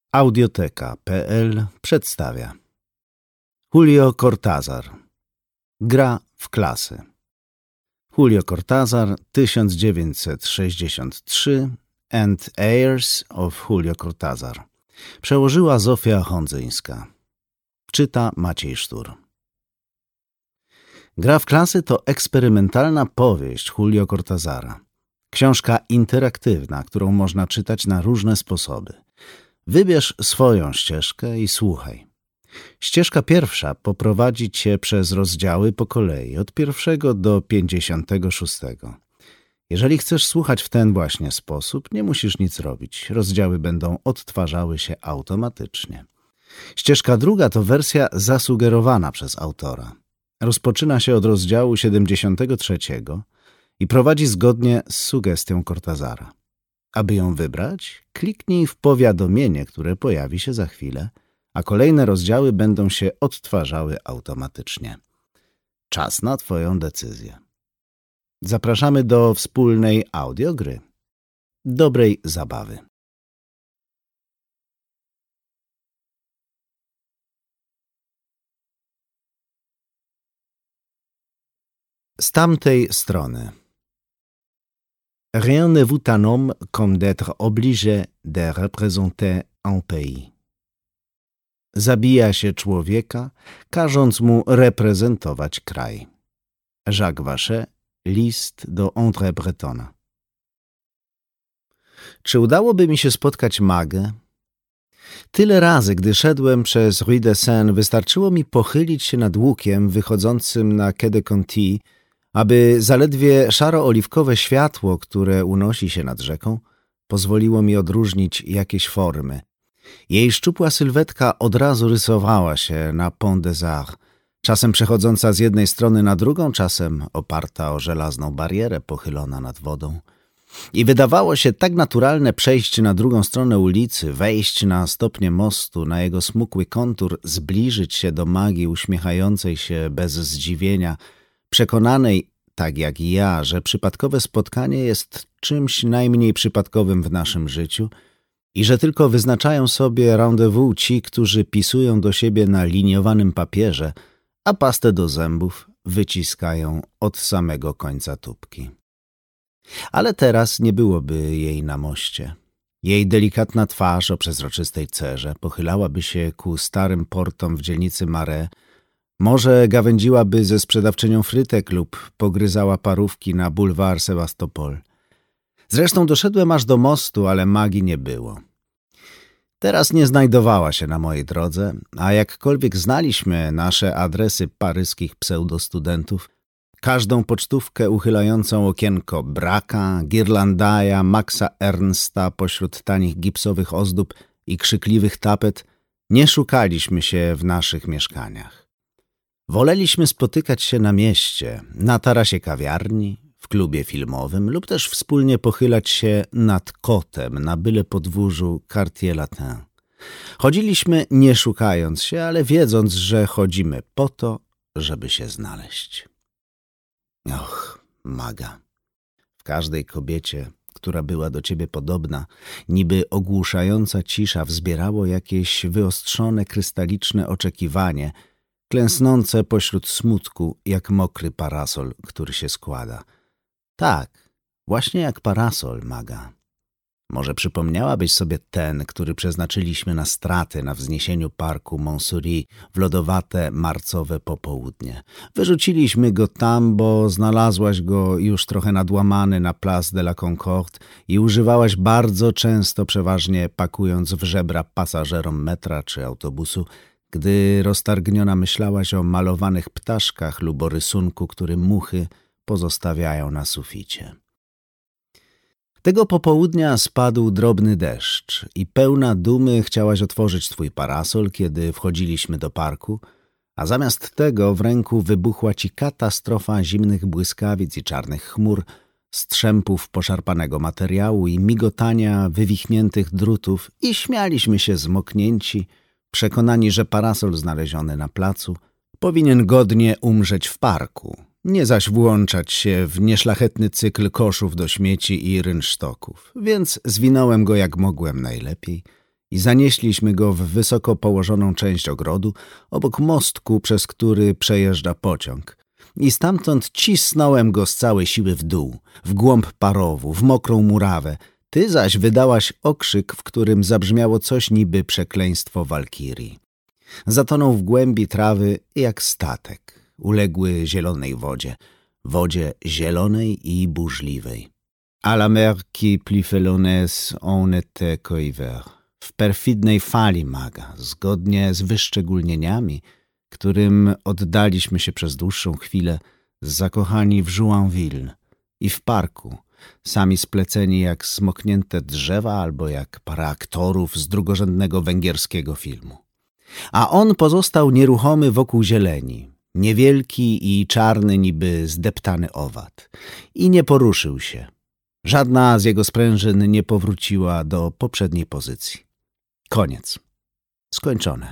Audioteka.pl przedstawia Julio Cortázar. Gra w klasy. Julio Cortázar 1963 and Heirs of Julio Cortázar. Przełożyła Zofia Hondzyńska. Czyta Maciej Sztur. Gra w klasy to eksperymentalna powieść Julio Cortázara. Książka interaktywna, którą można czytać na różne sposoby. Wybierz swoją ścieżkę i słuchaj. Ścieżka pierwsza poprowadzi cię przez rozdziały po kolei, od 1 do 56. Jeżeli chcesz słuchać w ten właśnie sposób, nie musisz nic robić. Rozdziały będą odtwarzały się automatycznie. Ścieżka druga to wersja zasugerowana przez autora. Rozpoczyna się od rozdziału 73 i prowadzi zgodnie z sugestią Cortázara. Aby ją wybrać, kliknij w powiadomienie, które pojawi się za chwilę, a kolejne rozdziały będą się odtwarzały automatycznie. Czas na twoją decyzję. Zapraszamy do wspólnej audiogry. Dobrej zabawy. Z tamtej strony. Rien ne vaut un homme comme d'être obligé de représenter un pays. Zabija się człowieka, każąc mu reprezentować kraj. Jacques Vachet, list do André Bretona. Czy udałoby mi się spotkać Magę? Tyle razy, gdy szedłem przez Rue de Seine, wystarczyło mi pochylić się nad łukiem wychodzącym na Quai de Conti, aby zaledwie szaro-oliwkowe światło, które unosi się nad rzeką, pozwoliło mi odróżnić jakieś formy. Jej szczupła sylwetka od razu rysowała się na Pont des Arts, czasem przechodząca z jednej strony na drugą, czasem oparta o żelazną barierę pochylona nad wodą. I wydawało się tak naturalne przejść na drugą stronę ulicy, wejść na stopnie mostu, na jego smukły kontur, zbliżyć się do Magii uśmiechającej się bez zdziwienia, przekonanej, tak jak i ja, że przypadkowe spotkanie jest czymś najmniej przypadkowym w naszym życiu i że tylko wyznaczają sobie rendezvous ci, którzy pisują do siebie na liniowanym papierze, a pastę do zębów wyciskają od samego końca tubki. Ale teraz nie byłoby jej na moście. Jej delikatna twarz o przezroczystej cerze pochylałaby się ku starym portom w dzielnicy Marais, może gawędziłaby ze sprzedawczynią frytek lub pogryzała parówki na bulwar Sewastopol. Zresztą doszedłem aż do mostu, ale Magii nie było. Teraz nie znajdowała się na mojej drodze, a jakkolwiek znaliśmy nasze adresy paryskich pseudostudentów, każdą pocztówkę uchylającą okienko Braka, Ghirlandaia, Maxa Ernsta pośród tanich gipsowych ozdób i krzykliwych tapet, nie szukaliśmy się w naszych mieszkaniach. Woleliśmy spotykać się na mieście, na tarasie kawiarni, w klubie filmowym lub też wspólnie pochylać się nad kotem na byle podwórzu Quartier-Latin. Chodziliśmy nie szukając się, ale wiedząc, że chodzimy po to, żeby się znaleźć. Och, Maga. W każdej kobiecie, która była do ciebie podobna, niby ogłuszająca cisza wzbierało jakieś wyostrzone, krystaliczne oczekiwanie, klęsnące pośród smutku, jak mokry parasol, który się składa. Tak, właśnie jak parasol, Maga. Może przypomniałabyś sobie ten, który przeznaczyliśmy na straty na wzniesieniu parku Montsouris w lodowate, marcowe popołudnie. Wyrzuciliśmy go tam, bo znalazłaś go już trochę nadłamany na Place de la Concorde i używałaś bardzo często, przeważnie pakując w żebra pasażerom metra czy autobusu, gdy roztargniona myślałaś o malowanych ptaszkach lub o rysunku, który muchy pozostawiają na suficie. Tego popołudnia spadł drobny deszcz i pełna dumy chciałaś otworzyć twój parasol, kiedy wchodziliśmy do parku, a zamiast tego w ręku wybuchła ci katastrofa zimnych błyskawic i czarnych chmur, strzępów poszarpanego materiału i migotania wywichniętych drutów i śmialiśmy się zmoknięci, przekonani, że parasol znaleziony na placu powinien godnie umrzeć w parku, nie zaś włączać się w nieszlachetny cykl koszów do śmieci i rynsztoków, więc zwinąłem go jak mogłem najlepiej i zanieśliśmy go w wysoko położoną część ogrodu, obok mostku, przez który przejeżdża pociąg. I stamtąd cisnąłem go z całej siły w dół, w głąb parowu, w mokrą murawę. Ty zaś wydałaś okrzyk, w którym zabrzmiało coś niby przekleństwo walkirii. Zatonął w głębi trawy jak statek, uległy zielonej wodzie zielonej i burzliwej. A la mer qui plus felonesse on était qu'hiver. W perfidnej fali maga, zgodnie z wyszczególnieniami, którym oddaliśmy się przez dłuższą chwilę, zakochani w Jouanville i w parku, sami spleceni jak smoknięte drzewa albo jak para aktorów z drugorzędnego węgierskiego filmu. A on pozostał nieruchomy wokół zieleni, niewielki i czarny niby zdeptany owad, i nie poruszył się. Żadna z jego sprężyn nie powróciła do poprzedniej pozycji. Koniec. Skończone.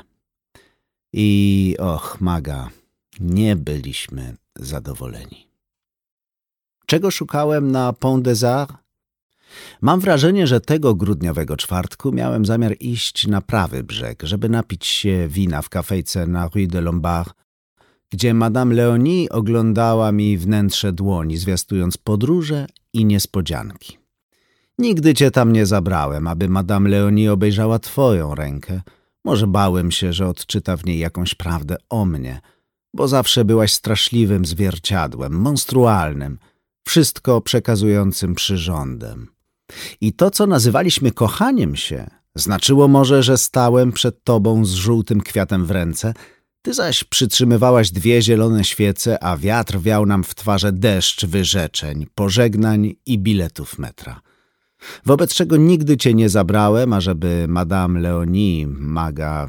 I Maga, nie byliśmy zadowoleni. Czego szukałem na Pont des Arts? Mam wrażenie, że tego grudniowego czwartku miałem zamiar iść na prawy brzeg, żeby napić się wina w kafejce na Rue de Lombard, gdzie Madame Léonie oglądała mi wnętrze dłoni, zwiastując podróże i niespodzianki. Nigdy cię tam nie zabrałem, aby Madame Léonie obejrzała twoją rękę. Może bałem się, że odczyta w niej jakąś prawdę o mnie, bo zawsze byłaś straszliwym zwierciadłem, monstrualnym, wszystko przekazującym przyrządem. I to, co nazywaliśmy kochaniem się, znaczyło może, że stałem przed tobą z żółtym kwiatem w ręce, ty zaś przytrzymywałaś 2 zielone świece, a wiatr wiał nam w twarze deszcz wyrzeczeń, pożegnań i biletów metra. Wobec czego nigdy cię nie zabrałem, ażeby Madame Léonie, Maga...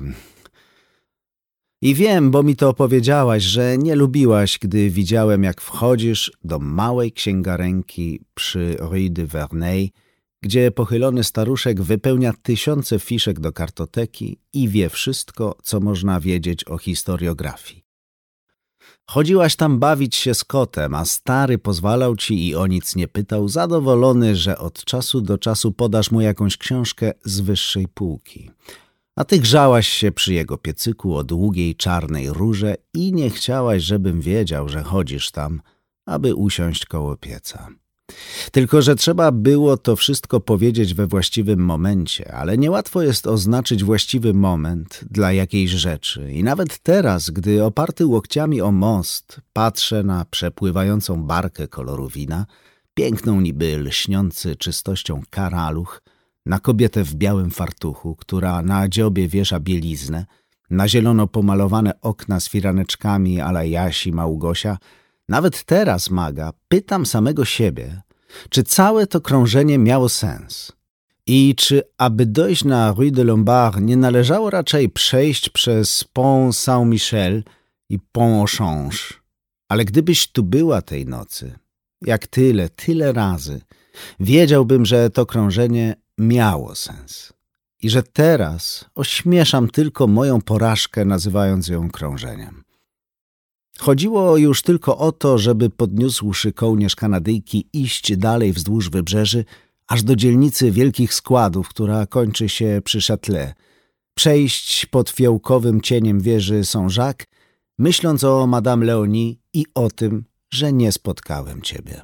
I wiem, bo mi to opowiedziałaś, że nie lubiłaś, gdy widziałem, jak wchodzisz do małej księgarenki przy Rue de Verneuil, gdzie pochylony staruszek wypełnia 1000 fiszek do kartoteki i wie wszystko, co można wiedzieć o historiografii. Chodziłaś tam bawić się z kotem, a stary pozwalał ci i o nic nie pytał, zadowolony, że od czasu do czasu podasz mu jakąś książkę z wyższej półki. A ty grzałaś się przy jego piecyku o długiej czarnej rurze i nie chciałaś, żebym wiedział, że chodzisz tam, aby usiąść koło pieca. Tylko że trzeba było to wszystko powiedzieć we właściwym momencie, ale niełatwo jest oznaczyć właściwy moment dla jakiejś rzeczy. I nawet teraz, gdy oparty łokciami o most, patrzę na przepływającą barkę koloru wina, piękną niby lśniący czystością karaluch, na kobietę w białym fartuchu, która na dziobie wiesza bieliznę, na zielono pomalowane okna z firaneczkami a la Jasi Małgosia, nawet teraz, Maga, pytam samego siebie, czy całe to krążenie miało sens i czy, aby dojść na Rue de Lombard, nie należało raczej przejść przez Pont Saint-Michel i Pont au Change. Ale gdybyś tu była tej nocy, jak tyle razy, wiedziałbym, że to krążenie miało sens i że teraz ośmieszam tylko moją porażkę, nazywając ją krążeniem. Chodziło już tylko o to, żeby podniósłszy kołnierz Kanadyjki iść dalej wzdłuż wybrzeży, aż do dzielnicy Wielkich Składów, która kończy się przy Châtelet, przejść pod fiołkowym cieniem wieży Saint-Jacques, myśląc o Madame Léonie i o tym, że nie spotkałem ciebie.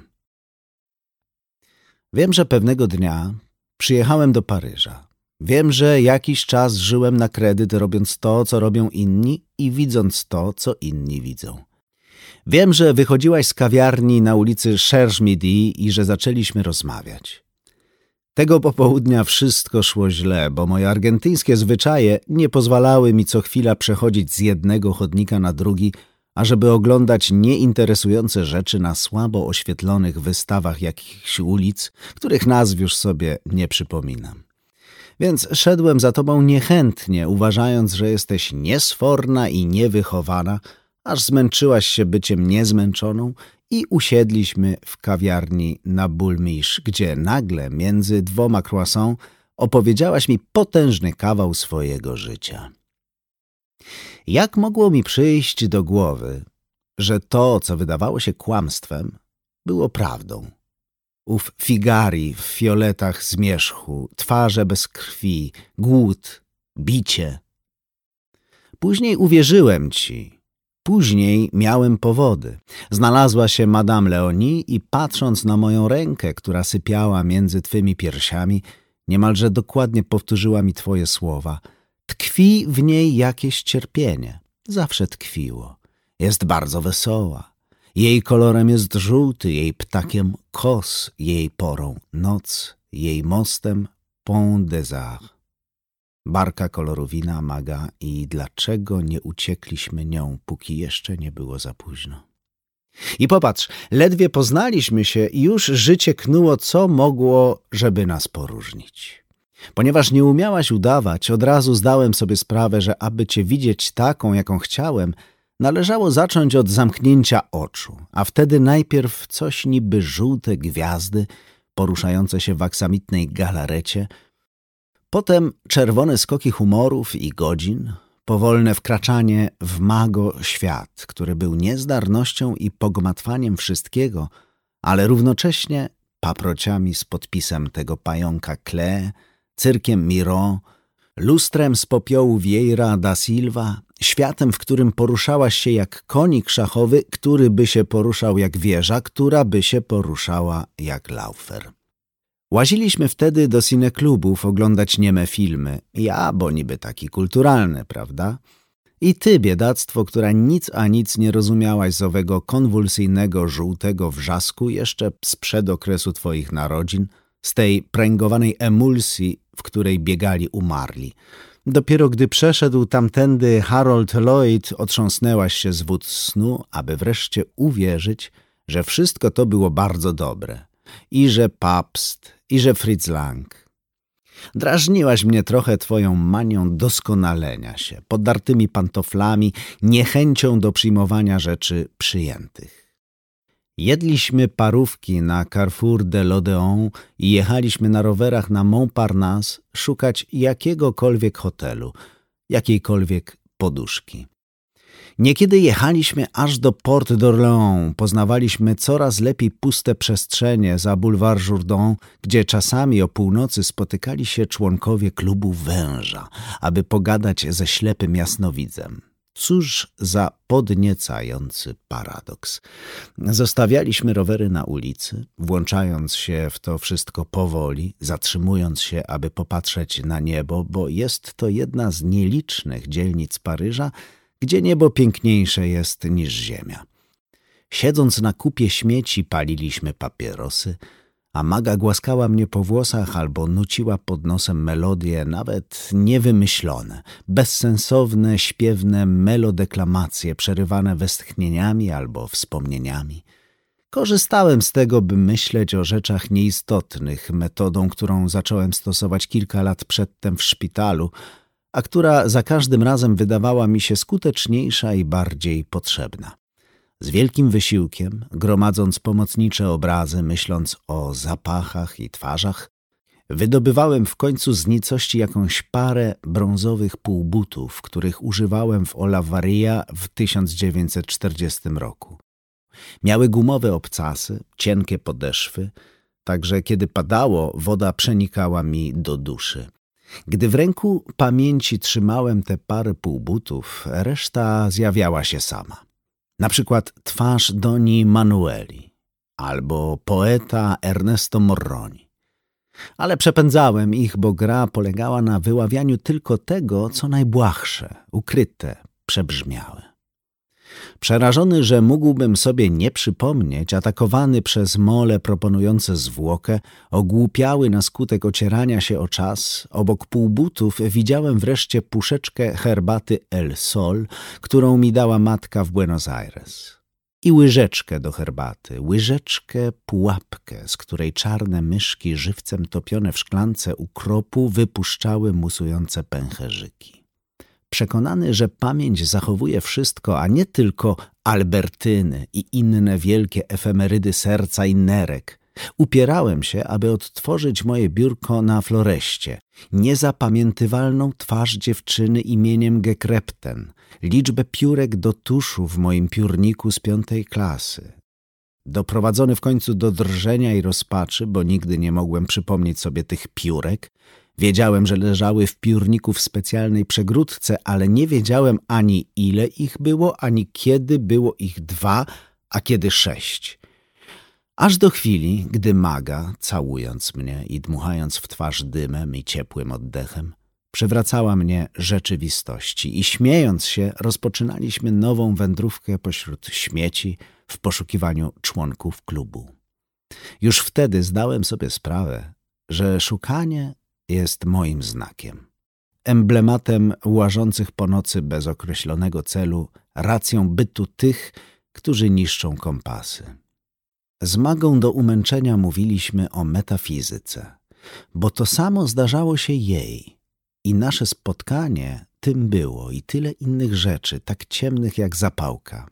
Wiem, że pewnego dnia przyjechałem do Paryża. Wiem, że jakiś czas żyłem na kredyt, robiąc to, co robią inni i widząc to, co inni widzą. Wiem, że wychodziłaś z kawiarni na ulicy Cherche Midi i że zaczęliśmy rozmawiać. Tego popołudnia wszystko szło źle, bo moje argentyńskie zwyczaje nie pozwalały mi co chwila przechodzić z jednego chodnika na drugi, ażeby oglądać nieinteresujące rzeczy na słabo oświetlonych wystawach jakichś ulic, których nazw już sobie nie przypominam. Więc szedłem za tobą niechętnie, uważając, że jesteś niesforna i niewychowana, aż zmęczyłaś się byciem niezmęczoną i usiedliśmy w kawiarni na Boulmiche, gdzie nagle między 2 croissants opowiedziałaś mi potężny kawał swojego życia. Jak mogło mi przyjść do głowy, że to, co wydawało się kłamstwem, było prawdą? ów Figari w fioletach zmierzchu, twarze bez krwi, głód, bicie. Później uwierzyłem ci. Później miałem powody. Znalazła się Madame Leonie i patrząc na moją rękę, która sypiała między twymi piersiami, niemalże dokładnie powtórzyła mi twoje słowa. Tkwi w niej jakieś cierpienie. Zawsze tkwiło. Jest bardzo wesoła. Jej kolorem jest żółty, jej ptakiem kos, jej porą noc, jej mostem Pont des Arts. Barka koloru wina, Maga, i dlaczego nie uciekliśmy nią, póki jeszcze nie było za późno. I popatrz, ledwie poznaliśmy się i już życie knuło, co mogło, żeby nas poróżnić. Ponieważ nie umiałaś udawać, od razu zdałem sobie sprawę, że aby cię widzieć taką, jaką chciałem, należało zacząć od zamknięcia oczu, a wtedy najpierw coś niby żółte gwiazdy poruszające się w aksamitnej galarecie, potem czerwone skoki humorów i godzin, powolne wkraczanie w mago świat, który był niezdarnością i pogmatwaniem wszystkiego, ale równocześnie paprociami z podpisem tego pająka Klee, cyrkiem Miro, lustrem z popiołu Vieira da Silva, światem, w którym poruszałaś się jak konik szachowy, który by się poruszał jak wieża, która by się poruszała jak laufer. Łaziliśmy wtedy do cineklubów oglądać nieme filmy. Ja, bo niby taki kulturalny, prawda? I ty, biedactwo, która nic a nic nie rozumiałaś z owego konwulsyjnego, żółtego wrzasku jeszcze sprzed okresu twoich narodzin, z tej pręgowanej emulsji, w której biegali umarli. Dopiero gdy przeszedł tamtędy Harold Lloyd, otrząsnęłaś się z wód snu, aby wreszcie uwierzyć, że wszystko to było bardzo dobre. I że Pabst, i że Fritz Lang. Drażniłaś mnie trochę twoją manią doskonalenia się, podartymi pantoflami, niechęcią do przyjmowania rzeczy przyjętych. Jedliśmy parówki na Carrefour de l'Odéon i jechaliśmy na rowerach na Montparnasse szukać jakiegokolwiek hotelu, jakiejkolwiek poduszki. Niekiedy jechaliśmy aż do Port d'Orléans, poznawaliśmy coraz lepiej puste przestrzenie za Boulevard Jourdan, gdzie czasami o północy spotykali się członkowie klubu Węża, aby pogadać ze ślepym jasnowidzem. Cóż za podniecający paradoks. Zostawialiśmy rowery na ulicy, włączając się w to wszystko powoli, zatrzymując się, aby popatrzeć na niebo, bo jest to jedna z nielicznych dzielnic Paryża, gdzie niebo piękniejsze jest niż ziemia. Siedząc na kupie śmieci, paliliśmy papierosy, a Maga głaskała mnie po włosach albo nuciła pod nosem melodie, nawet niewymyślone, bezsensowne, śpiewne melodeklamacje przerywane westchnieniami albo wspomnieniami. Korzystałem z tego, by myśleć o rzeczach nieistotnych metodą, którą zacząłem stosować kilka lat przedtem w szpitalu, a która za każdym razem wydawała mi się skuteczniejsza i bardziej potrzebna. Z wielkim wysiłkiem, gromadząc pomocnicze obrazy, myśląc o zapachach i twarzach, wydobywałem w końcu z nicości jakąś parę brązowych półbutów, których używałem w Olavarria w 1940 roku. Miały gumowe obcasy, cienkie podeszwy, także kiedy padało, woda przenikała mi do duszy. Gdy w ręku pamięci trzymałem te parę półbutów, reszta zjawiała się sama. Na przykład twarz Doni Manueli albo poeta Ernesto Morroni. Ale przepędzałem ich, bo gra polegała na wyławianiu tylko tego, co najbłahsze, ukryte, przebrzmiałe. Przerażony, że mógłbym sobie nie przypomnieć, atakowany przez mole proponujące zwłokę, ogłupiały na skutek ocierania się o czas, obok półbutów widziałem wreszcie puszeczkę herbaty El Sol, którą mi dała matka w Buenos Aires. I łyżeczkę do herbaty, łyżeczkę pułapkę, z której czarne myszki żywcem topione w szklance ukropu wypuszczały musujące pęcherzyki. Przekonany, że pamięć zachowuje wszystko, a nie tylko Albertyny i inne wielkie efemerydy serca i nerek, upierałem się, aby odtworzyć moje biurko na Floreście, niezapamiętywalną twarz dziewczyny imieniem Gekrepten, liczbę piórek do tuszu w moim piórniku z 5. klasy. Doprowadzony w końcu do drżenia i rozpaczy, bo nigdy nie mogłem przypomnieć sobie tych piórek. Wiedziałem, że leżały w piórniku w specjalnej przegródce, ale nie wiedziałem ani ile ich było, ani kiedy było ich 2, a kiedy 6. Aż do chwili, gdy Maga, całując mnie i dmuchając w twarz dymem i ciepłym oddechem, przywracała mnie rzeczywistości i śmiejąc się rozpoczynaliśmy nową wędrówkę pośród śmieci w poszukiwaniu członków klubu. Już wtedy zdałem sobie sprawę, że szukanie jest moim znakiem, emblematem łażących po nocy bez określonego celu, racją bytu tych, którzy niszczą kompasy. Z Magą do umęczenia mówiliśmy o metafizyce, bo to samo zdarzało się jej i nasze spotkanie tym było i tyle innych rzeczy, tak ciemnych jak zapałka.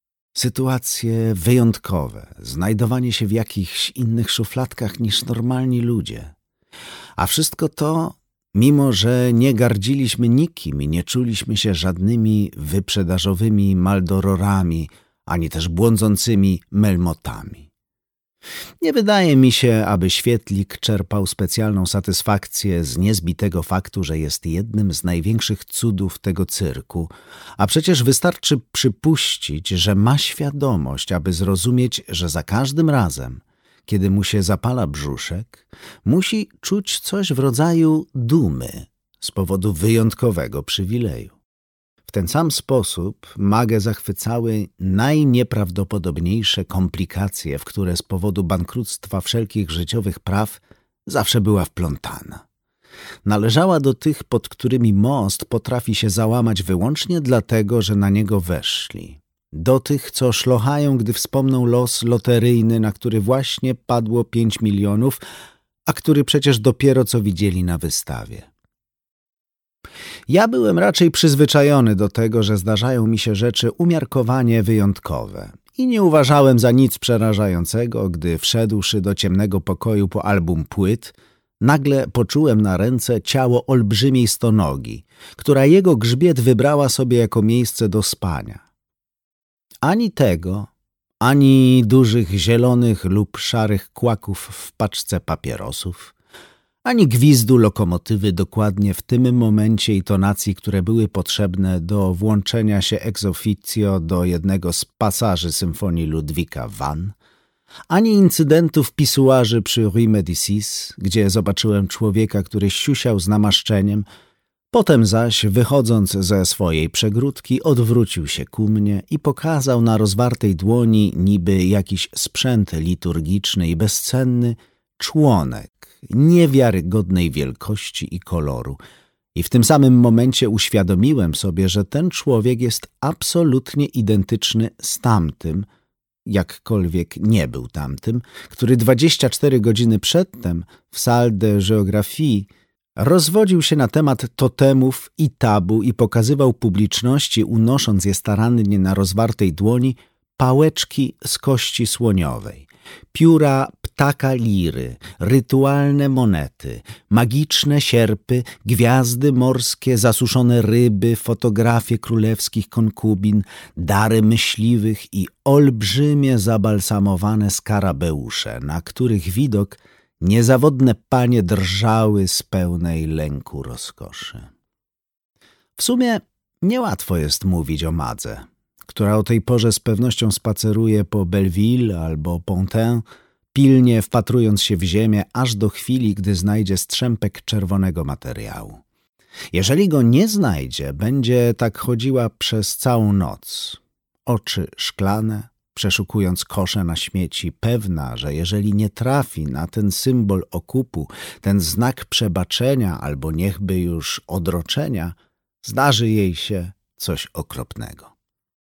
Sytuacje wyjątkowe, znajdowanie się w jakichś innych szufladkach niż normalni ludzie. A wszystko to, mimo że nie gardziliśmy nikim i nie czuliśmy się żadnymi wyprzedażowymi maldororami, ani też błądzącymi melmotami. Nie wydaje mi się, aby świetlik czerpał specjalną satysfakcję z niezbitego faktu, że jest jednym z największych cudów tego cyrku, a przecież wystarczy przypuścić, że ma świadomość, aby zrozumieć, że za każdym razem, kiedy mu się zapala brzuszek, musi czuć coś w rodzaju dumy z powodu wyjątkowego przywileju. W ten sam sposób Magę zachwycały najnieprawdopodobniejsze komplikacje, w które z powodu bankructwa wszelkich życiowych praw zawsze była wplątana. Należała do tych, pod którymi most potrafi się załamać wyłącznie dlatego, że na niego weszli. Do tych, co szlochają, gdy wspomną los loteryjny, na który właśnie padło 5 milionów, a który przecież dopiero co widzieli na wystawie. Ja byłem raczej przyzwyczajony do tego, że zdarzają mi się rzeczy umiarkowanie wyjątkowe i nie uważałem za nic przerażającego, gdy wszedłszy do ciemnego pokoju po album płyt, nagle poczułem na ręce ciało olbrzymiej stonogi, która jego grzbiet wybrała sobie jako miejsce do spania. Ani tego, ani dużych zielonych lub szarych kłaków w paczce papierosów, ani gwizdu lokomotywy dokładnie w tym momencie i tonacji, które były potrzebne do włączenia się ex officio do jednego z pasaży symfonii Ludwika van, ani incydentu w pisuarzy przy Rue Médicis, gdzie zobaczyłem człowieka, który siusiał z namaszczeniem, potem zaś, wychodząc ze swojej przegródki, odwrócił się ku mnie i pokazał na rozwartej dłoni niby jakiś sprzęt liturgiczny i bezcenny członek niewiarygodnej wielkości i koloru. I w tym samym momencie uświadomiłem sobie, że ten człowiek jest absolutnie identyczny z tamtym, jakkolwiek nie był tamtym, który 24 godziny przedtem w Salle de Géographie rozwodził się na temat totemów i tabu i pokazywał publiczności, unosząc je starannie na rozwartej dłoni, pałeczki z kości słoniowej, pióra ptaka liry, rytualne monety, magiczne sierpy, gwiazdy morskie, zasuszone ryby, fotografie królewskich konkubin, dary myśliwych i olbrzymie zabalsamowane skarabeusze, na których widok niezawodne panie drżały z pełnej lęku rozkoszy. W sumie niełatwo jest mówić o Madze, która o tej porze z pewnością spaceruje po Belleville albo Pontin, pilnie wpatrując się w ziemię aż do chwili, gdy znajdzie strzępek czerwonego materiału. Jeżeli go nie znajdzie, będzie tak chodziła przez całą noc. Oczy szklane, przeszukując kosze na śmieci, pewna, że jeżeli nie trafi na ten symbol okupu, ten znak przebaczenia albo niechby już odroczenia, zdarzy jej się coś okropnego.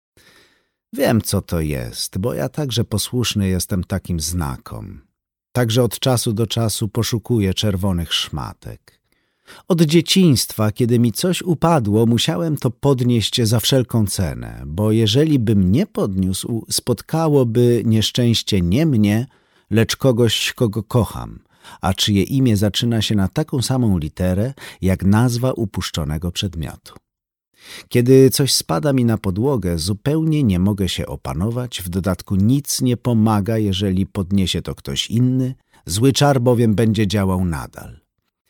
Wiem, co to jest, bo ja także posłuszny jestem takim znakom. Także od czasu do czasu poszukuję czerwonych szmatek. Od dzieciństwa, kiedy mi coś upadło, musiałem to podnieść za wszelką cenę, bo jeżeli bym nie podniósł, spotkałoby nieszczęście nie mnie, lecz kogoś, kogo kocham, a czyje imię zaczyna się na taką samą literę, jak nazwa upuszczonego przedmiotu. Kiedy coś spada mi na podłogę, zupełnie nie mogę się opanować, w dodatku nic nie pomaga, jeżeli podniesie to ktoś inny, zły czar bowiem będzie działał nadal.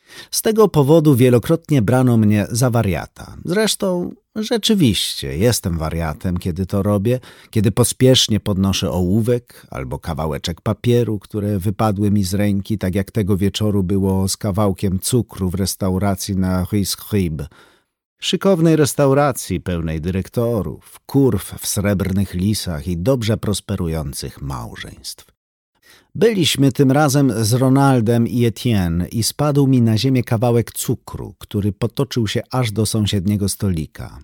Z tego powodu wielokrotnie brano mnie za wariata. Zresztą rzeczywiście jestem wariatem, kiedy to robię, kiedy pospiesznie podnoszę ołówek albo kawałeczek papieru, które wypadły mi z ręki, tak jak tego wieczoru było z kawałkiem cukru w restauracji na Rue Scribe. Szykownej restauracji pełnej dyrektorów, kurw w srebrnych lisach i dobrze prosperujących małżeństw. Byliśmy tym razem z Ronaldem i Etienne i spadł mi na ziemię kawałek cukru, który potoczył się aż do sąsiedniego stolika.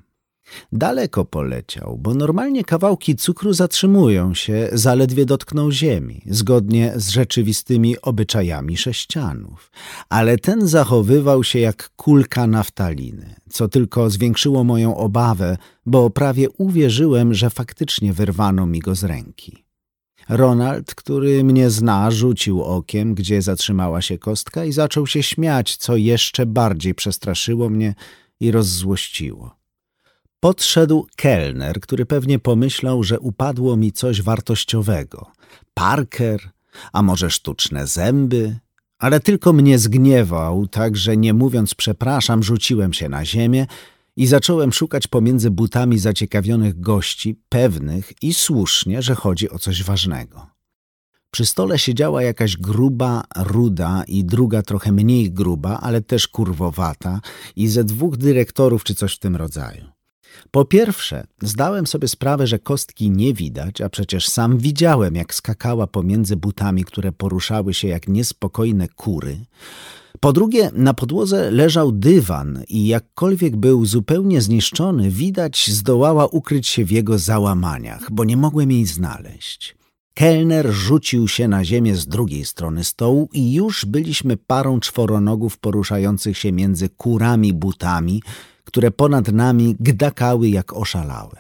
Daleko poleciał, bo normalnie kawałki cukru zatrzymują się, zaledwie dotkną ziemi, zgodnie z rzeczywistymi obyczajami sześcianów. Ale ten zachowywał się jak kulka naftaliny, co tylko zwiększyło moją obawę, bo prawie uwierzyłem, że faktycznie wyrwano mi go z ręki. Ronald, który mnie zna, rzucił okiem, gdzie zatrzymała się kostka i zaczął się śmiać, co jeszcze bardziej przestraszyło mnie i rozzłościło. Podszedł kelner, który pewnie pomyślał, że upadło mi coś wartościowego. Parker, a może sztuczne zęby? Ale tylko mnie zgniewał, tak że nie mówiąc przepraszam, rzuciłem się na ziemię i zacząłem szukać pomiędzy butami zaciekawionych gości, pewnych i słusznie, że chodzi o coś ważnego. Przy stole siedziała jakaś gruba, ruda i druga trochę mniej gruba, ale też kurwowata i ze 2 dyrektorów czy coś w tym rodzaju. Po pierwsze, zdałem sobie sprawę, że kostki nie widać, a przecież sam widziałem, jak skakała pomiędzy butami, które poruszały się jak niespokojne kury. Po drugie, na podłodze leżał dywan i jakkolwiek był zupełnie zniszczony, widać zdołała ukryć się w jego załamaniach, bo nie mogłem jej znaleźć. Kelner rzucił się na ziemię z drugiej strony stołu i już byliśmy parą czworonogów poruszających się między kurami butami, które ponad nami gdakały jak oszalałe.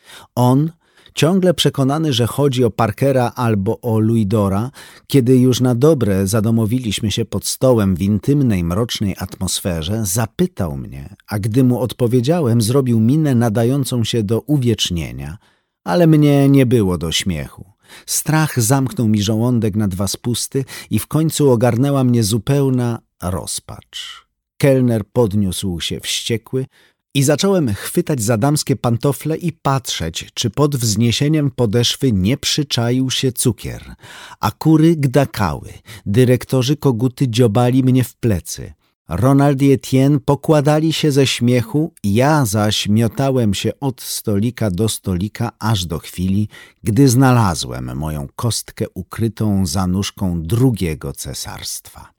On, ciągle przekonany, że chodzi o Parkera albo o Louisdora, kiedy już na dobre zadomowiliśmy się pod stołem w intymnej, mrocznej atmosferze, zapytał mnie, a gdy mu odpowiedziałem, zrobił minę nadającą się do uwiecznienia, ale mnie nie było do śmiechu. Strach zamknął mi żołądek na 2 spusty i w końcu ogarnęła mnie zupełna rozpacz. Kelner podniósł się wściekły i zacząłem chwytać za damskie pantofle i patrzeć, czy pod wzniesieniem podeszwy nie przyczaił się cukier, a kury gdakały, dyrektorzy koguty dziobali mnie w plecy. Ronald i Etienne pokładali się ze śmiechu, ja zaś miotałem się od stolika do stolika aż do chwili, gdy znalazłem moją kostkę ukrytą za nóżką drugiego cesarstwa.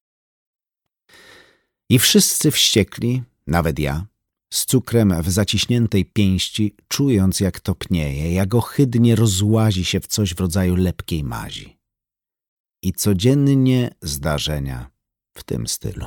I wszyscy wściekli, nawet ja, z cukrem w zaciśniętej pięści, czując jak topnieje, jak ohydnie rozłazi się w coś w rodzaju lepkiej mazi. I codziennie zdarzenia w tym stylu.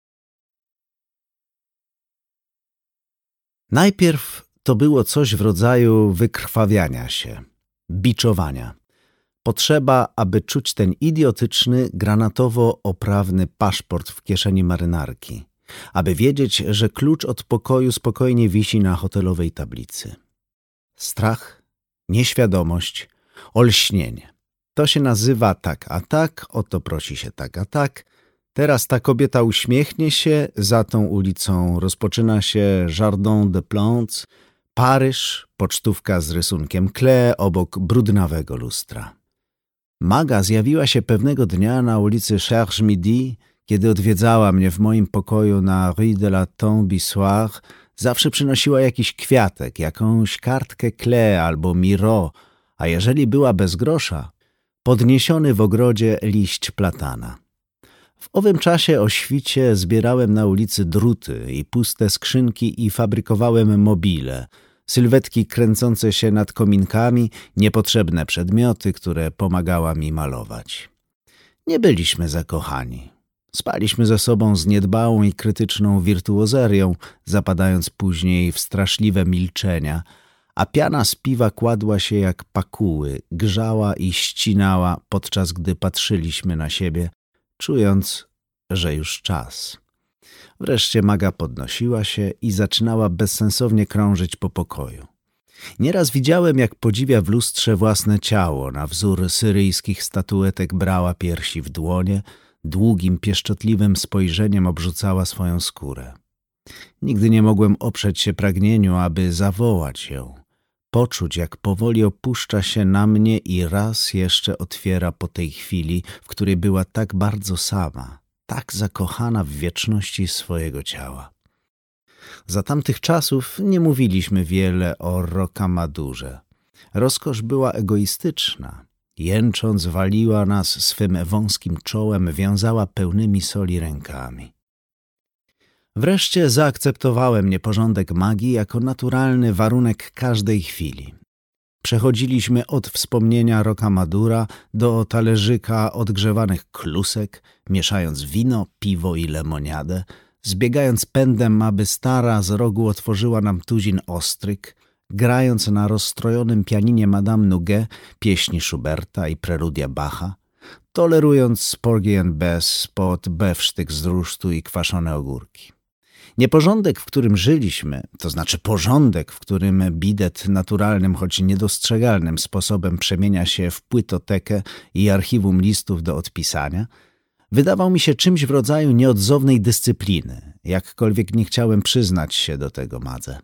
Najpierw to było coś w rodzaju wykrwawiania się, biczowania. Potrzeba, aby czuć ten idiotyczny, granatowo-oprawny paszport w kieszeni marynarki, aby wiedzieć, że klucz od pokoju spokojnie wisi na hotelowej tablicy. Strach, nieświadomość, olśnienie. To się nazywa tak a tak, o to prosi się tak a tak. Teraz ta kobieta uśmiechnie się, za tą ulicą rozpoczyna się Jardin des Plantes, Paryż, pocztówka z rysunkiem Klee obok brudnawego lustra. Maga zjawiła się pewnego dnia na ulicy Cherche Midi, kiedy odwiedzała mnie w moim pokoju na Rue de la Tombe Soir. Zawsze przynosiła jakiś kwiatek, jakąś kartkę Klee albo Miro, a jeżeli była bez grosza, podniesiony w ogrodzie liść platana. W owym czasie o świcie zbierałem na ulicy druty i puste skrzynki i fabrykowałem mobile, sylwetki kręcące się nad kominkami, niepotrzebne przedmioty, które pomagała mi malować. Nie byliśmy zakochani. Spaliśmy ze sobą z niedbałą i krytyczną wirtuozerią, zapadając później w straszliwe milczenia, a piana z piwa kładła się jak pakuły, grzała i ścinała, podczas gdy patrzyliśmy na siebie, czując, że już czas. Wreszcie Maga podnosiła się i zaczynała bezsensownie krążyć po pokoju. Nieraz widziałem, jak podziwia w lustrze własne ciało, na wzór syryjskich statuetek brała piersi w dłonie, długim, pieszczotliwym spojrzeniem obrzucała swoją skórę. Nigdy nie mogłem oprzeć się pragnieniu, aby zawołać ją, poczuć, jak powoli opuszcza się na mnie i raz jeszcze otwiera po tej chwili, w której była tak bardzo sama, tak zakochana w wieczności swojego ciała. Za tamtych czasów nie mówiliśmy wiele o Rokamadurze. Rozkosz była egoistyczna. Jęcząc waliła nas swym wąskim czołem, wiązała pełnymi soli rękami. Wreszcie zaakceptowałem nieporządek Magii jako naturalny warunek każdej chwili. Przechodziliśmy od wspomnienia Rokamadura do talerzyka odgrzewanych klusek, mieszając wino, piwo i lemoniadę, zbiegając pędem, aby stara z rogu otworzyła nam tuzin ostryg, grając na rozstrojonym pianinie Madame Nouget pieśni Schuberta i preludia Bacha, tolerując Porgy and Bess pod bewsztyk z rusztu i kwaszone ogórki. Nieporządek, w którym żyliśmy, to znaczy porządek, w którym bidet naturalnym, choć niedostrzegalnym sposobem przemienia się w płytotekę i archiwum listów do odpisania, wydawał mi się czymś w rodzaju nieodzownej dyscypliny, jakkolwiek nie chciałem przyznać się do tego Madze.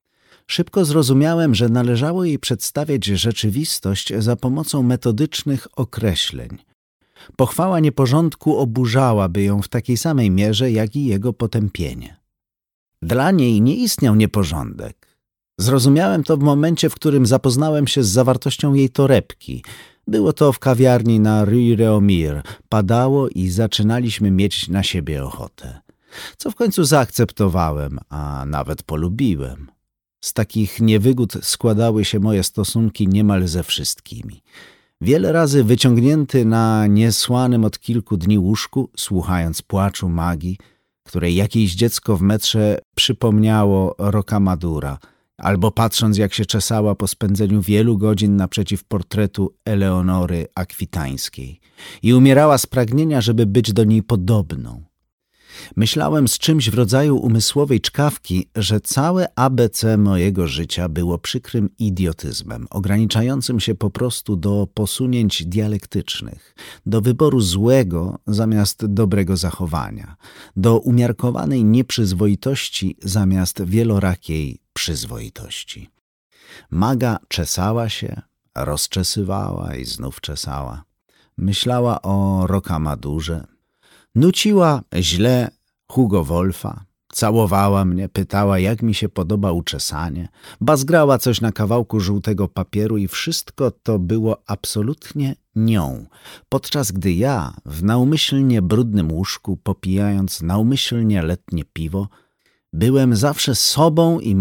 Szybko zrozumiałem, że należało jej przedstawiać rzeczywistość za pomocą metodycznych określeń. Pochwała nieporządku oburzałaby ją w takiej samej mierze, jak i jego potępienie. Dla niej nie istniał nieporządek. Zrozumiałem to w momencie, w którym zapoznałem się z zawartością jej torebki. Było to w kawiarni na Rue Réaumur. Padało i zaczynaliśmy mieć na siebie ochotę. Co w końcu zaakceptowałem, a nawet polubiłem. Z takich niewygód składały się moje stosunki niemal ze wszystkimi. Wiele razy wyciągnięty na niesłanym od kilku dni łóżku, słuchając płaczu Magii, której jakieś dziecko w metrze przypomniało Rokamadura, albo patrząc, jak się czesała po spędzeniu wielu godzin naprzeciw portretu Eleonory Akwitańskiej i umierała z pragnienia, żeby być do niej podobną. Myślałem z czymś w rodzaju umysłowej czkawki, że całe ABC mojego życia było przykrym idiotyzmem, ograniczającym się po prostu do posunięć dialektycznych, do wyboru złego zamiast dobrego zachowania, do umiarkowanej nieprzyzwoitości zamiast wielorakiej przyzwoitości. Maga czesała się, rozczesywała i znów czesała. Myślała o Rokamadurze. Nuciła źle Hugo Wolfa, całowała mnie, pytała, jak mi się podoba uczesanie, bazgrała coś na kawałku żółtego papieru i wszystko to było absolutnie nią, podczas gdy ja w naumyślnie brudnym łóżku, popijając naumyślnie letnie piwo, byłem zawsze sobą i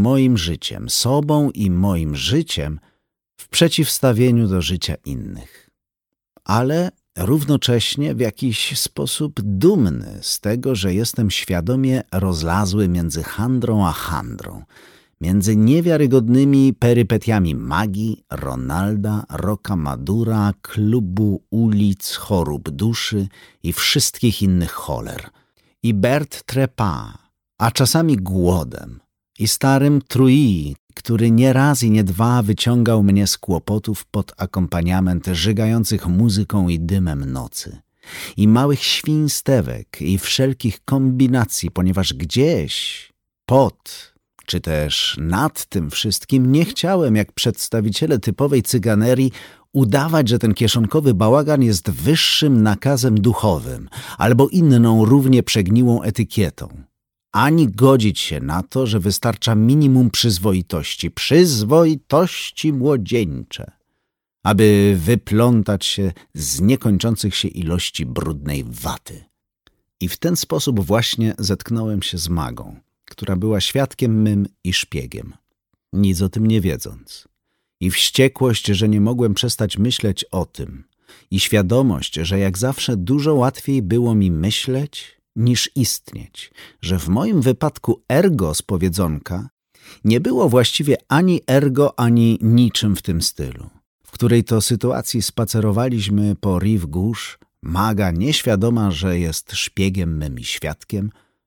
moim życiem w przeciwstawieniu do życia innych. Ale równocześnie w jakiś sposób dumny z tego, że jestem świadomie rozlazły między handrą a handrą, między niewiarygodnymi perypetiami Magii, Ronalda, Rokamadura, klubu, ulic, chorób duszy i wszystkich innych choler. I Bert Trepa, a czasami głodem, i starym Trui, który nie raz i nie dwa wyciągał mnie z kłopotów pod akompaniament żygających muzyką i dymem nocy, i małych świństewek i wszelkich kombinacji, ponieważ gdzieś pod czy też nad tym wszystkim nie chciałem, jak przedstawiciele typowej cyganerii, udawać, że ten kieszonkowy bałagan jest wyższym nakazem duchowym albo inną równie przegniłą etykietą. Ani godzić się na to, że wystarcza minimum przyzwoitości młodzieńcze, aby wyplątać się z niekończących się ilości brudnej waty. I w ten sposób właśnie zetknąłem się z Magą, która była świadkiem mym i szpiegiem, nic o tym nie wiedząc. I wściekłość, że nie mogłem przestać myśleć o tym, i świadomość, że jak zawsze dużo łatwiej było mi myśleć niż istnieć, że w moim wypadku ergo z powiedzonka nie było właściwie ani ergo, ani niczym w tym stylu, w której to sytuacji spacerowaliśmy po Rive Gauche, Maga nieświadoma, że jest szpiegiem mym i świadkiem,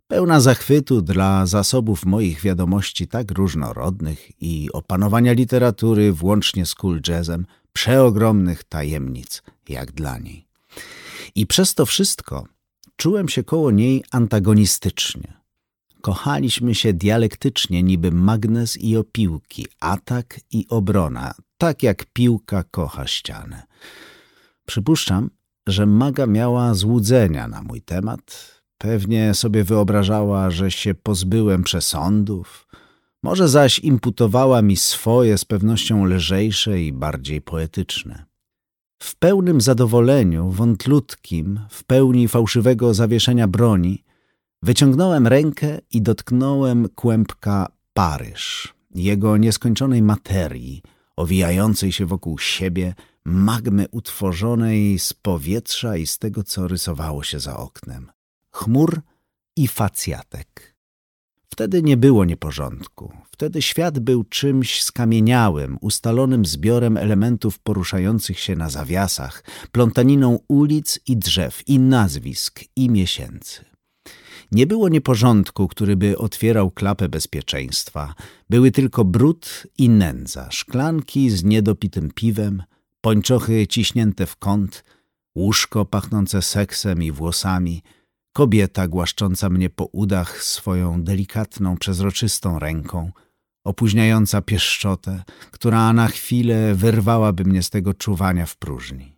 Pełna zachwytu dla zasobów moich wiadomości tak różnorodnych i opanowania literatury włącznie z cool jazzem, przeogromnych tajemnic jak dla niej. I przez to wszystko czułem się koło niej antagonistycznie. Kochaliśmy się dialektycznie niby magnes i opiłki, atak i obrona, tak jak piłka kocha ścianę. Przypuszczam, że Maga miała złudzenia na mój temat. Pewnie sobie wyobrażała, że się pozbyłem przesądów. Może zaś imputowała mi swoje, z pewnością lżejsze i bardziej poetyczne. W pełnym zadowoleniu, wątlutkim, w pełni fałszywego zawieszenia broni, wyciągnąłem rękę i dotknąłem kłębka Paryż, jego nieskończonej materii, owijającej się wokół siebie, magmy utworzonej z powietrza i z tego, co rysowało się za oknem. Chmur i facjatek. Wtedy nie było nieporządku. Wtedy świat był czymś skamieniałym, ustalonym zbiorem elementów poruszających się na zawiasach, plątaniną ulic i drzew, i nazwisk, i miesięcy. Nie było nieporządku, który by otwierał klapę bezpieczeństwa. Były tylko brud i nędza, szklanki z niedopitym piwem, pończochy ciśnięte w kąt, łóżko pachnące seksem i włosami, kobieta głaszcząca mnie po udach swoją delikatną, przezroczystą ręką, opóźniająca pieszczotę, która na chwilę wyrwałaby mnie z tego czuwania w próżni.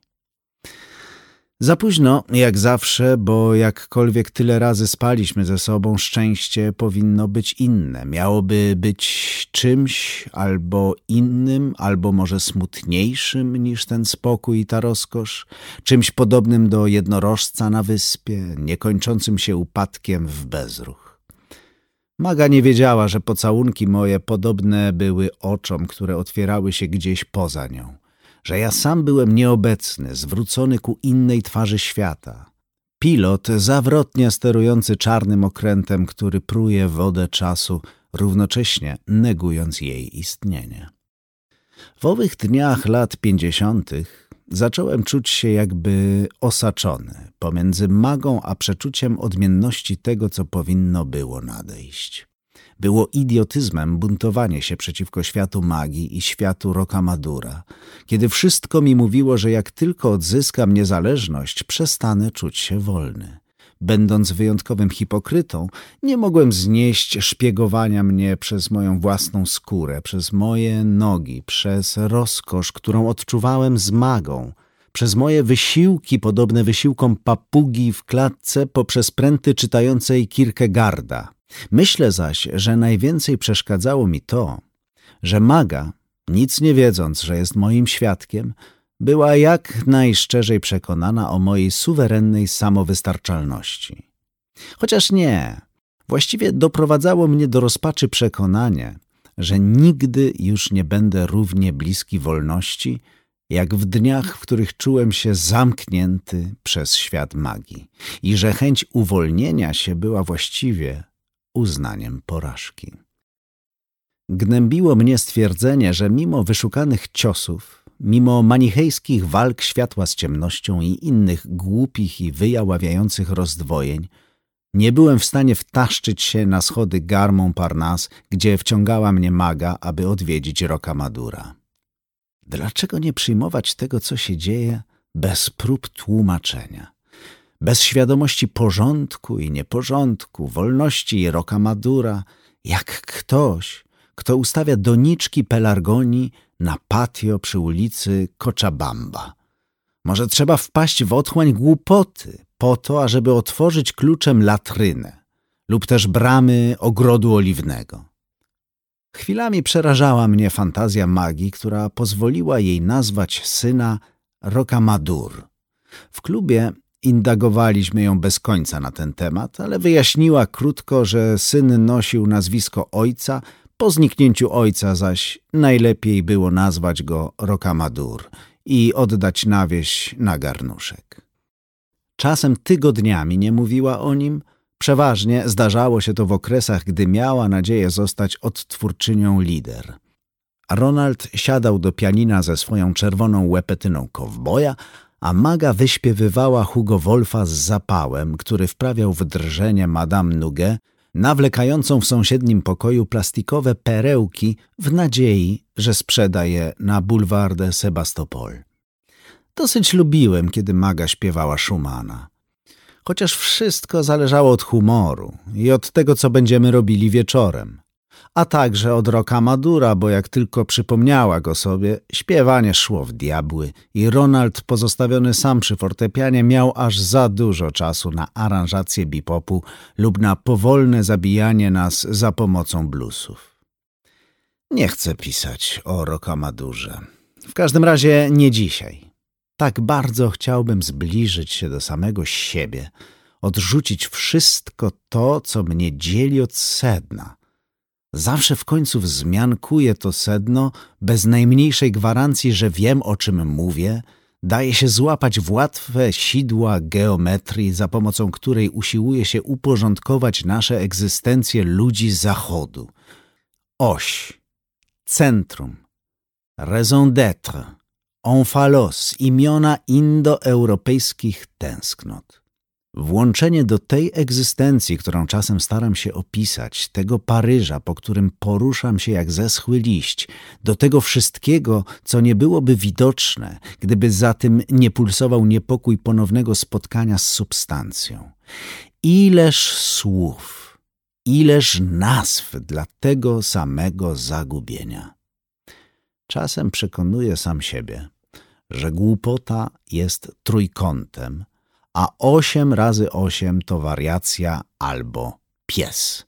Za późno, jak zawsze, bo jakkolwiek tyle razy spaliśmy ze sobą, szczęście powinno być inne. Miałoby być czymś albo innym, albo może smutniejszym niż ten spokój i ta rozkosz, czymś podobnym do jednorożca na wyspie, niekończącym się upadkiem w bezruch. Maga nie wiedziała, że pocałunki moje podobne były oczom, które otwierały się gdzieś poza nią, że ja sam byłem nieobecny, zwrócony ku innej twarzy świata. Pilot zawrotnie sterujący czarnym okrętem, który pruje wodę czasu, równocześnie negując jej istnienie. W owych dniach lat 50. zacząłem czuć się jakby osaczony pomiędzy Magą a przeczuciem odmienności tego, co powinno było nadejść. Było idiotyzmem buntowanie się przeciwko światu magii i światu Rocamadoura, kiedy wszystko mi mówiło, że jak tylko odzyskam niezależność, przestanę czuć się wolny. Będąc wyjątkowym hipokrytą, nie mogłem znieść szpiegowania mnie przez moją własną skórę, przez moje nogi, przez rozkosz, którą odczuwałem z Magą, przez moje wysiłki podobne wysiłkom papugi w klatce, poprzez pręty czytającej Kierkegaarda. Myślę zaś, że najwięcej przeszkadzało mi to, że Maga, nic nie wiedząc, że jest moim świadkiem, była jak najszczerzej przekonana o mojej suwerennej samowystarczalności. Chociaż nie, właściwie doprowadzało mnie do rozpaczy przekonanie, że nigdy już nie będę równie bliski wolności, jak w dniach, w których czułem się zamknięty przez świat magii i że chęć uwolnienia się była właściwie uznaniem porażki. Gnębiło mnie stwierdzenie, że mimo wyszukanych ciosów, mimo manichejskich walk światła z ciemnością i innych głupich i wyjaławiających rozdwojeń, nie byłem w stanie wtaszczyć się na schody Gare Montparnasse, gdzie wciągała mnie Maga, aby odwiedzić Rocamadoura. Dlaczego nie przyjmować tego, co się dzieje, bez prób tłumaczenia? Bez świadomości porządku i nieporządku, wolności i Rocamadoura, jak ktoś, kto ustawia doniczki pelargonii na patio przy ulicy Cochabamba. Może trzeba wpaść w otchłań głupoty po to, ażeby otworzyć kluczem latrynę lub też bramy ogrodu oliwnego. Chwilami przerażała mnie fantazja magii, która pozwoliła jej nazwać syna Rocamadour. W klubie indagowaliśmy ją bez końca na ten temat, ale wyjaśniła krótko, że syn nosił nazwisko ojca, po zniknięciu ojca zaś najlepiej było nazwać go Rocamadour i oddać na wieś na garnuszek. Czasem tygodniami nie mówiła o nim. Przeważnie zdarzało się to w okresach, gdy miała nadzieję zostać odtwórczynią lider. Ronald siadał do pianina ze swoją czerwoną łepetyną kowboja, a Maga wyśpiewywała Hugo Wolfa z zapałem, który wprawiał w drżenie Madame Nougat, nawlekającą w sąsiednim pokoju plastikowe perełki w nadziei, że sprzeda je na Boulevard de Sébastopol. Dosyć lubiłem, kiedy Maga śpiewała Schumana. Chociaż wszystko zależało od humoru i od tego, co będziemy robili wieczorem. A także od Rocamadura, bo jak tylko przypomniała go sobie, śpiewanie szło w diabły i Ronald, pozostawiony sam przy fortepianie, miał aż za dużo czasu na aranżację bebopu lub na powolne zabijanie nas za pomocą bluesów. Nie chcę pisać o Rocamadurze. W każdym razie nie dzisiaj. Tak bardzo chciałbym zbliżyć się do samego siebie, odrzucić wszystko to, co mnie dzieli od sedna. Zawsze w końcu wzmiankuję to sedno, bez najmniejszej gwarancji, że wiem, o czym mówię. Daje się złapać w łatwe sidła geometrii, za pomocą której usiłuje się uporządkować nasze egzystencje ludzi Zachodu. Oś, centrum, raison d'être, omphalos, imiona indoeuropejskich tęsknot. Włączenie do tej egzystencji, którą czasem staram się opisać, tego Paryża, po którym poruszam się jak zeschły liść, do tego wszystkiego, co nie byłoby widoczne, gdyby za tym nie pulsował niepokój ponownego spotkania z substancją. Ileż słów, ileż nazw dla tego samego zagubienia. Czasem przekonuję sam siebie, że głupota jest trójkątem, a 8 razy 8 to wariacja albo pies.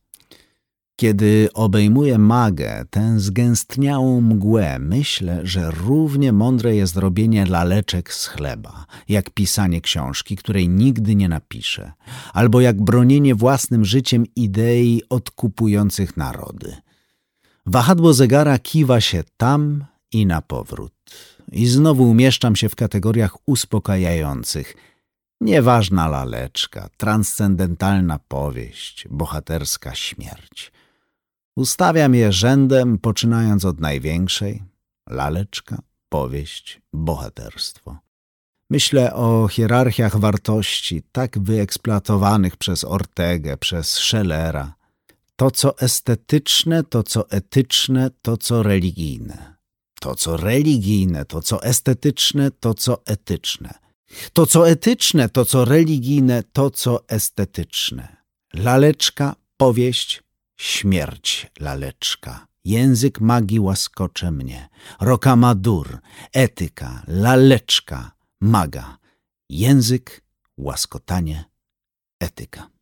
Kiedy obejmuję Magę, tę zgęstniałą mgłę, myślę, że równie mądre jest robienie laleczek z chleba, jak pisanie książki, której nigdy nie napiszę, albo jak bronienie własnym życiem idei odkupujących narody. Wahadło zegara kiwa się tam i na powrót. I znowu umieszczam się w kategoriach uspokajających. Nieważna laleczka, transcendentalna powieść, bohaterska śmierć. Ustawiam je rzędem, poczynając od największej. Laleczka, powieść, bohaterstwo. Myślę o hierarchiach wartości, tak wyeksploatowanych przez Ortegę, przez Schellera. To, co estetyczne, to, co etyczne, to, co religijne. To, co religijne, to, co estetyczne, to, co etyczne. To, co etyczne, to, co religijne, to, co estetyczne. Laleczka, powieść, śmierć laleczka. Język magii łaskocze mnie. Rocamadour, etyka, laleczka, maga. Język, łaskotanie, etyka.